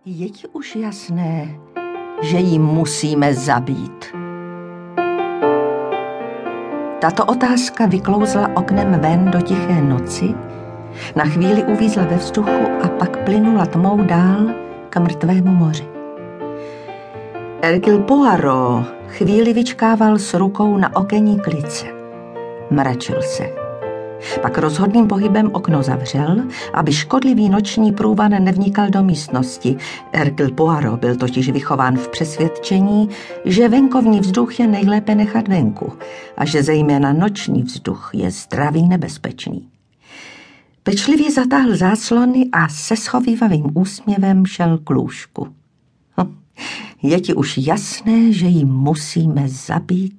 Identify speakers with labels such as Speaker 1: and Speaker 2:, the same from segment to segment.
Speaker 1: Je ti už jasné, že ji musíme zabít? Tato otázka vyklouzla oknem ven do tiché noci, na chvíli uvízla ve vzduchu a pak plynula tmou dál k mrtvému moři. Hercule Poirot chvíli vyčkával s rukou na okenní klice. Mračil se. Pak rozhodným pohybem okno zavřel, aby škodlivý noční průvan nevnikal do místnosti. Hercule Poirot byl totiž vychován v přesvědčení, že venkovní vzduch je nejlépe nechat venku a že zejména noční vzduch je zdravý nebezpečný. Pečlivě zatáhl záclony a se schovívavým úsměvem šel k lůžku. Je ti už jasné, že ji musíme zabít?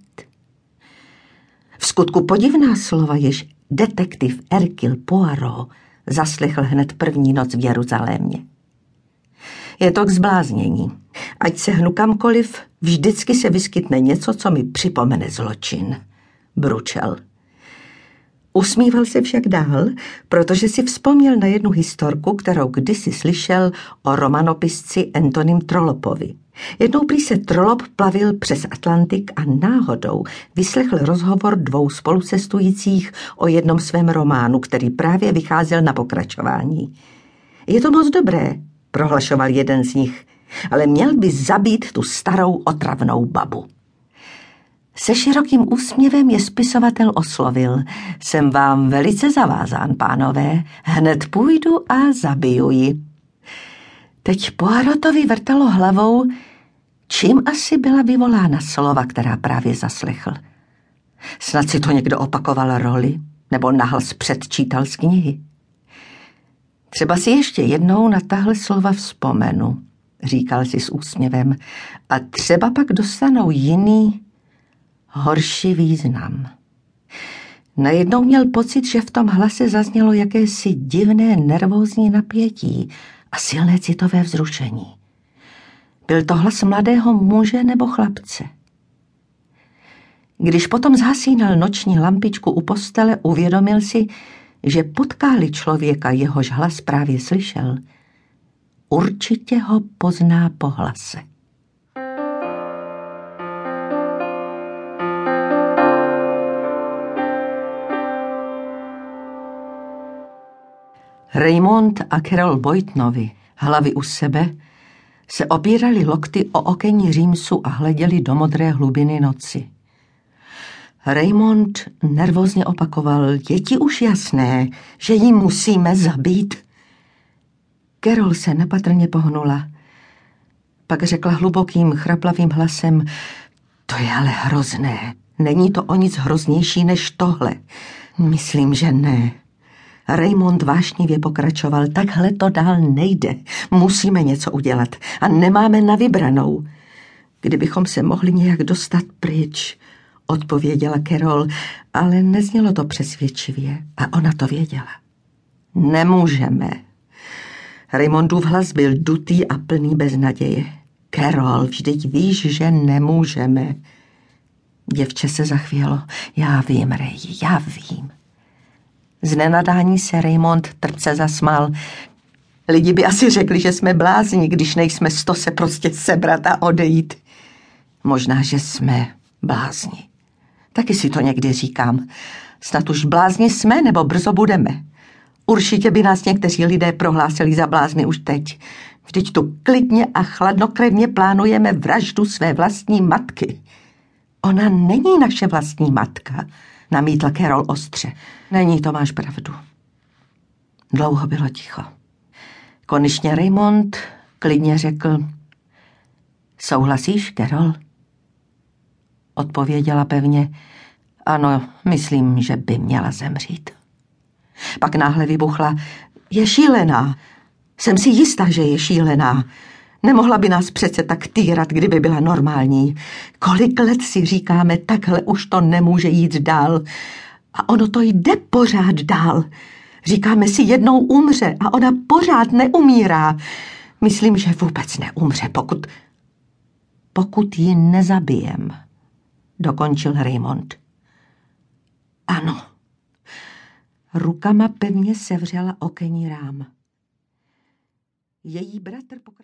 Speaker 1: V skutku podivná slova, jež detektiv Hercule Poirot zaslechl hned první noc v Jeruzalémě. Je to k zbláznění. Ať se hnu kamkoliv, vždycky se vyskytne něco, co mi připomene zločin, bručel. Usmíval se však dál, protože si vzpomněl na jednu historku, kterou kdysi slyšel o romanopisci Antonym Trollopovi. Jednou prý se Trollope plavil přes Atlantik a náhodou vyslechl rozhovor dvou spolucestujících o jednom svém románu, který právě vycházel na pokračování. Je to moc dobré, prohlašoval jeden z nich, ale měl by zabít tu starou otravnou babu. Se širokým úsměvem je spisovatel oslovil. Jsem vám velice zavázán, pánové. Hned půjdu a zabiju ji. Teď Poirotovi vrtalo hlavou, čím asi byla vyvolána slova, která právě zaslechl. Snad si to někdo opakoval roli, nebo nahlas předčítal z knihy. Třeba si ještě jednou na tahle slova vzpomenu, říkal si s úsměvem, a třeba pak dostanou jiný, horší význam. Najednou měl pocit, že v tom hlase zaznělo jakési divné nervózní napětí a silné citové vzrušení. Byl to hlas mladého muže nebo chlapce. Když potom zhasínal noční lampičku u postele, uvědomil si, že potká-li člověka, jehož hlas právě slyšel, určitě ho pozná po hlase. Raymond a Carol Boytonovi, hlavy u sebe, se opírali lokty o okenní římsu a hleděli do modré hlubiny noci. Raymond nervózně opakoval, je ti už jasné, že ji musíme zabít? Carol se nepatrně pohnula. Pak řekla hlubokým, chraplavým hlasem, to je ale hrozné. Není to o nic hroznější než tohle. Myslím, že ne. Raymond vášnivě pokračoval, takhle to dál nejde. Musíme něco udělat a nemáme na vybranou. Kdybychom se mohli nějak dostat pryč, odpověděla Carol, ale neznělo to přesvědčivě a ona to věděla. Nemůžeme. Raymondův hlas byl dutý a plný beznaděje. Carol, vždyť víš, že nemůžeme. Děvče se zachvělo. Já vím, Ray, já vím. Z nenadání se Raymond trpce zasmál. Lidi by asi řekli, že jsme blázni, když nejsme sto se prostě sebrat a odejít. Možná, že jsme blázni. Taky si to někdy říkám. Snad už blázni jsme, nebo brzo budeme. Určitě by nás někteří lidé prohlásili za blázny už teď. Vždyť tu klidně a chladnokrevně plánujeme vraždu své vlastní matky. Ona není naše vlastní matka, namítla Carol ostře. Není, to máš pravdu. Dlouho bylo ticho. Konečně Raymond klidně řekl, souhlasíš, Carol? Odpověděla pevně, ano, myslím, že by měla zemřít. Pak náhle vybuchla, je šílená. Jsem si jistá, že je šílená. Nemohla by nás přece tak týrat, kdyby byla normální. Kolik let si říkáme, takhle už to nemůže jít dál. A ono to jde pořád dál. Říkáme si, jednou umře a ona pořád neumírá. Myslím, že vůbec neumře, pokud ji nezabijem, dokončil Raymond. Ano. Rukama pevně sevřela okenní rám. Její bratr